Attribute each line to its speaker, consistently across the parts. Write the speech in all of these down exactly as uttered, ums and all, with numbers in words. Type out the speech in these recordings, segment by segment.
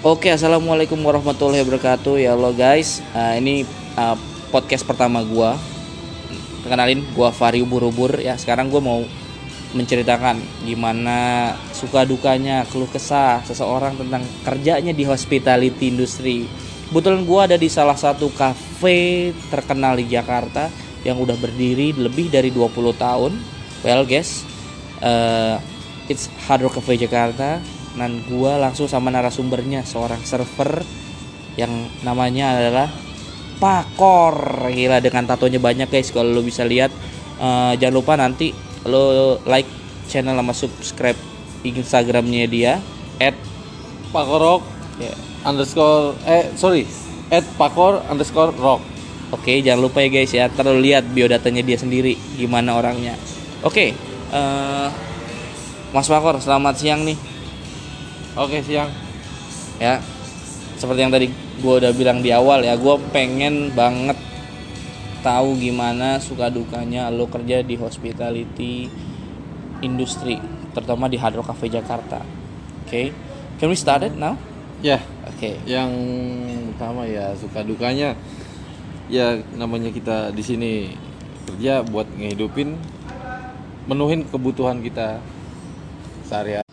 Speaker 1: Oke, assalamualaikum warahmatullahi wabarakatuh. Ya Allah guys, uh, ini uh, podcast pertama gua. Kenalin, gua Fari Ubur-Ubur. Ya, sekarang gua mau menceritakan gimana suka dukanya, keluh kesah seseorang tentang kerjanya di hospitality industry. Kebetulan gua ada di salah satu cafe terkenal di Jakarta yang udah berdiri lebih dari dua puluh tahun. Well guys, uh, it's Hard Rock Cafe Jakarta. Dan gue langsung sama narasumbernya, seorang server yang namanya adalah Pakor. Gila, dengan tatonya banyak guys, kalau lo bisa lihat. uh, Jangan lupa nanti lo like channel sama subscribe Instagramnya dia at
Speaker 2: Pakorok
Speaker 1: ya.
Speaker 2: underscore eh sorry at pakor underscore rock.
Speaker 1: Oke, jangan lupa ya guys ya, ntar lo lihat biodatanya dia sendiri gimana orangnya. Oke, uh, Mas Pakor, selamat siang nih.
Speaker 2: Oke, siang.
Speaker 1: Ya, seperti yang tadi gue udah bilang di awal ya, gue pengen banget tahu gimana suka dukanya lo kerja di hospitality industry, terutama di Hard Rock Cafe Jakarta. Oke, okay. Can we start it now?
Speaker 2: Ya,
Speaker 1: Oke. Okay.
Speaker 2: yang pertama ya suka dukanya, ya namanya kita di sini kerja buat ngehidupin, menuhin kebutuhan kita sehari-hari,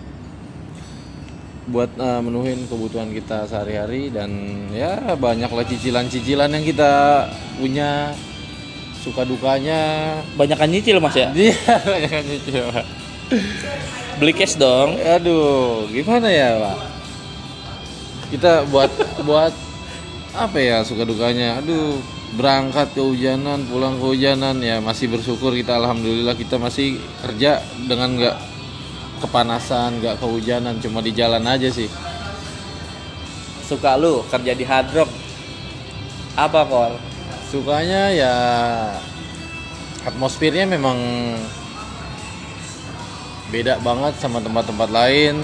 Speaker 2: buat uh, menuhin kebutuhan kita sehari-hari dan ya banyaklah cicilan-cicilan yang kita punya. Suka dukanya
Speaker 1: Banyakan nyicil mas ya?
Speaker 2: dia banyakan cicil.
Speaker 1: Beli cash dong.
Speaker 2: Aduh, gimana ya Pak? Kita buat buat apa ya suka dukanya? Aduh, berangkat kehujanan, pulang kehujanan, ya masih bersyukur kita, alhamdulillah kita masih kerja dengan nggak kepanasan, nggak kehujanan, cuma di jalan aja sih.
Speaker 1: Suka lu kerja di Hard Rock apa Kor?
Speaker 2: Sukanya ya atmosfernya memang beda banget sama tempat-tempat lain.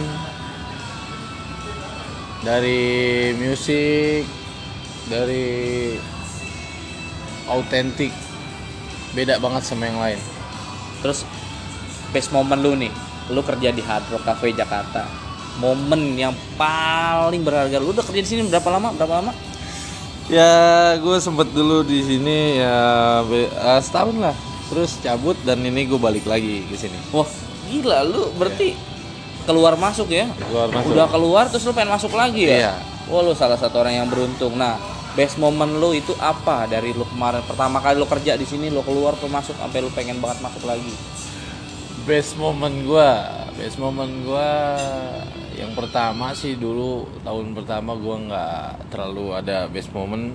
Speaker 2: Dari musik, dari autentik, beda banget sama yang lain.
Speaker 1: Terus best moment lu nih, lu kerja di Hard Rock Cafe Jakarta, momen yang paling berharga. Lu udah kerja di sini berapa lama? Berapa lama?
Speaker 2: Ya, gue sempet dulu di sini ya be- uh, setahun lah. Terus cabut dan ini gue balik lagi ke sini.
Speaker 1: Wah, gila lu berarti keluar masuk ya?
Speaker 2: Keluar masuk.
Speaker 1: Udah keluar terus lu pengen masuk lagi ya?
Speaker 2: Iya.
Speaker 1: Wah, lu salah satu orang yang beruntung. Nah, best moment lu itu apa dari lu kemarin pertama kali lu kerja di sini, lu keluar tuh masuk sampai lu pengen banget masuk lagi?
Speaker 2: Best moment gue, best moment gue yang pertama sih dulu tahun pertama gue nggak terlalu ada best moment.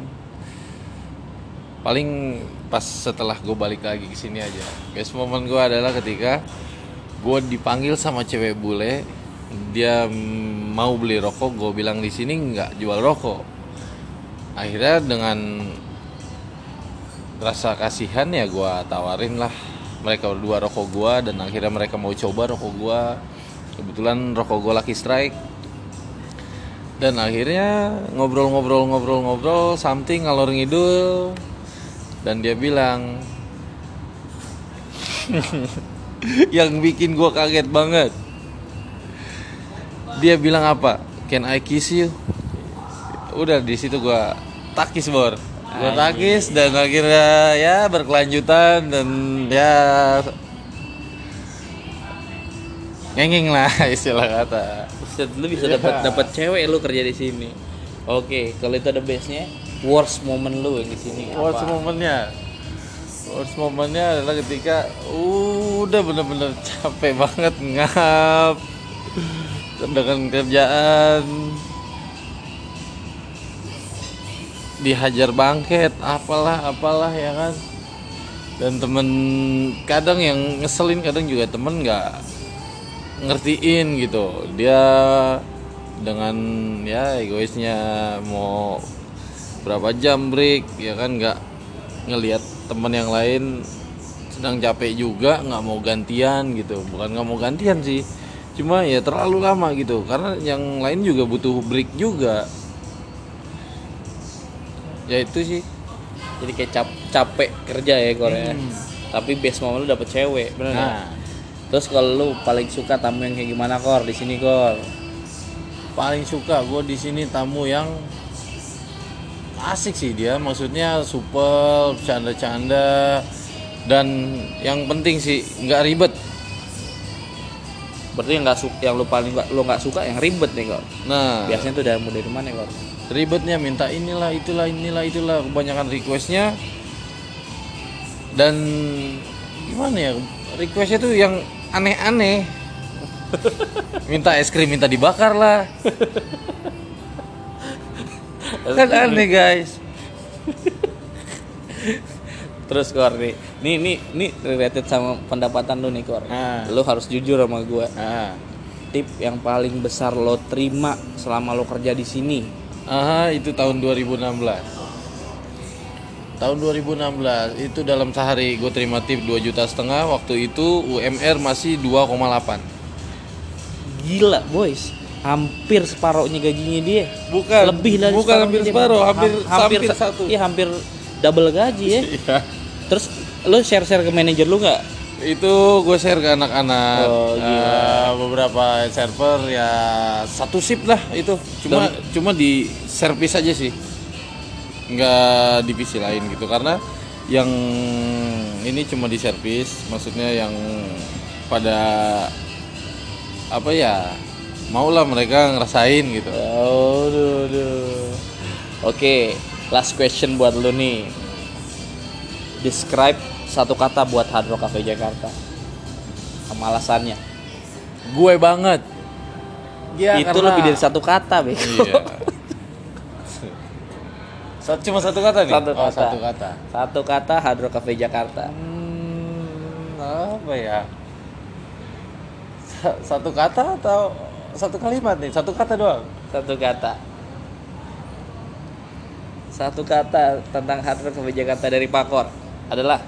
Speaker 2: Paling pas setelah gue balik lagi ke sini aja. Best moment gue adalah ketika gue dipanggil sama cewek bule, dia mau beli rokok, gue bilang di sini nggak jual rokok. Akhirnya dengan rasa kasihan ya gue tawarin lah mereka berdua rokok gue, dan akhirnya mereka mau coba rokok gue. Kebetulan rokok gue Lucky Strike. Dan akhirnya ngobrol-ngobrol-ngobrol-ngobrol something ngalor ngidul, dan dia bilang yang bikin gue kaget banget. Dia bilang apa? Can I kiss you? Udah di situ gue takis bor. Gue takis dan akhirnya ya berkelanjutan dan ya ngengeng lah istilah kata.
Speaker 1: Buset, lu bisa dapat dapat cewek lu kerja di sini. Oke, kalau itu ada base-nya, worst moment lu yang di sini apa?
Speaker 2: Worst momennya, worst momennya adalah ketika udah bener-bener capek banget ngap dengan kerjaan, dihajar bangket, apalah apalah ya kan. Dan temen kadang yang ngeselin, kadang juga temen nggak ngertiin gitu. Dia dengan ya egoisnya mau berapa jam break ya kan, nggak ngelihat teman yang lain sedang capek juga, nggak mau gantian gitu. Bukan nggak mau gantian sih, cuma ya terlalu lama gitu, karena yang lain juga butuh break juga. Ya itu sih.
Speaker 1: Jadi kayak cap, capek kerja ya Korea. Hmm. Tapi best moment lu dapet cewek, bener nggak?
Speaker 2: Nah,
Speaker 1: Terus kalau lu paling suka tamu yang kayak gimana Kor di sini Kor?
Speaker 2: paling suka gue di sini tamu yang asik sih dia, maksudnya supel, canda-canda, dan yang penting sih nggak ribet.
Speaker 1: Berarti yang nggak suka, yang lu paling nggak lu nggak suka yang ribet nih kok.
Speaker 2: Nah,
Speaker 1: Biasanya tuh dari dari mana kok?
Speaker 2: ribetnya minta inilah itulah inilah itulah, kebanyakan requestnya. Dan gimana ya, requestnya tuh yang aneh-aneh. Minta es krim minta dibakar lah. Kan aneh guys.
Speaker 1: Terus Kor nih, nih nih nih related sama pendapatan lu nih Kor.
Speaker 2: Ah.
Speaker 1: Lu harus jujur sama gua.
Speaker 2: Nah,
Speaker 1: Tip yang paling besar lo terima selama lo kerja di sini.
Speaker 2: aha, itu tahun dua ribu enam belas. Tahun dua ribu enam belas itu dalam sehari gue terima tip dua juta setengah. Waktu itu U M R masih dua koma delapan.
Speaker 1: Gila boys, hampir separohnya gajinya dia.
Speaker 2: Bukan,
Speaker 1: Lebih dari
Speaker 2: bukan hampir
Speaker 1: dia.
Speaker 2: separoh, hampir
Speaker 1: hampir
Speaker 2: hampir
Speaker 1: sa-
Speaker 2: satu.
Speaker 1: Iya hampir double gaji ya.
Speaker 2: Iya.
Speaker 1: Terus lo share-share ke manajer lu nggak?
Speaker 2: Itu gue share ke anak-anak.
Speaker 1: Oh, gila.
Speaker 2: Eh, beberapa server ya satu shift lah itu. Cuma
Speaker 1: Dan-
Speaker 2: cuma di service aja sih. Nggak divisi lain gitu, karena yang ini cuma di service, maksudnya yang pada apa ya, maulah mereka ngerasain gitu.
Speaker 1: Oh, duh, duh. Oke, last question buat lu nih. Describe satu kata buat Hard Rock Cafe Jakarta. Sama alasannya.
Speaker 2: Gue banget. Ya,
Speaker 1: Itu
Speaker 2: karena-
Speaker 1: lebih dari satu kata, Beko.
Speaker 2: Iya. Sat- Cuma satu kata nih?
Speaker 1: Satu
Speaker 2: Oh,
Speaker 1: kata.
Speaker 2: satu kata.
Speaker 1: Satu kata Hard Rock Cafe Jakarta.
Speaker 2: Hmm, apa ya? Sa- Satu kata atau satu kalimat nih? Satu kata doang.
Speaker 1: Satu kata. Satu kata tentang Hard Rock Cafe Jakarta dari Pakor adalah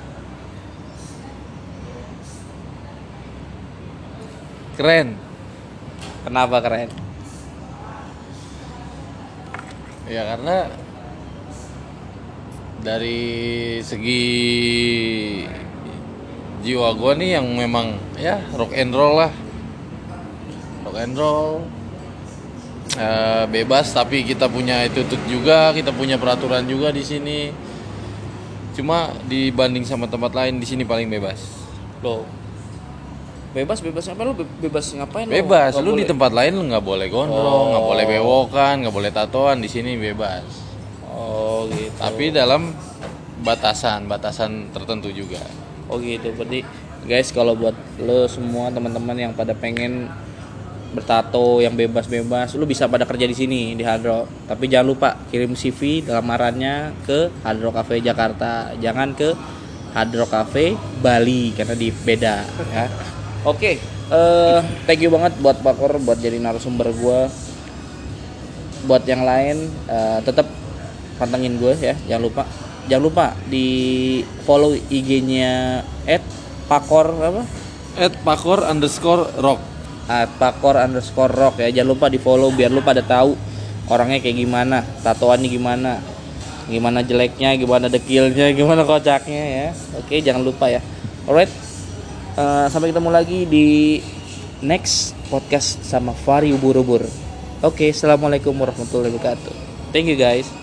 Speaker 2: Keren.
Speaker 1: kenapa keren?
Speaker 2: Ya karena dari segi jiwa gue nih yang memang ya rock and roll lah, rock and roll. Eh, bebas, tapi kita punya attitude juga, kita punya peraturan juga di sini. Cuma dibanding sama tempat lain, di sini paling bebas.
Speaker 1: Lo bebas bebas apa lu be- bebas ngapain lo?
Speaker 2: Bebas,
Speaker 1: Nggak
Speaker 2: lu di
Speaker 1: boleh.
Speaker 2: tempat lain lu nggak boleh gondrong, nggak
Speaker 1: Oh.
Speaker 2: boleh bewokan, nggak boleh tatoan. Di sini bebas.
Speaker 1: Oh gitu.
Speaker 2: Tapi dalam batasan, batasan tertentu juga.
Speaker 1: Oh gitu. Berarti guys, kalau buat lo semua teman-teman yang pada pengen bertato yang bebas-bebas, lu bisa pada kerja di sini di Hard Rock. Tapi jangan lupa kirim C V lamarannya ke Hard Rock Cafe Jakarta. Jangan ke Hard Rock Cafe Bali karena di beda ya. Oke, eh thank you banget buat Pakor buat jadi narasumber gua. Buat yang lain eh, tetap pantengin gue ya, jangan lupa. Jangan lupa di follow I G-nya at pakor apa?
Speaker 2: At pakor underscore rock.
Speaker 1: At pakor underscore rock ya. Jangan lupa di follow biar lu pada tahu orangnya kayak gimana, tatoannya gimana, gimana jeleknya, gimana dekilnya, gimana kocaknya ya. Oke, jangan lupa ya. Alright, Eh, sampai ketemu lagi di next podcast sama Fari Ubur-Ubur. Oke, assalamualaikum warahmatullahi wabarakatuh. Thank you guys.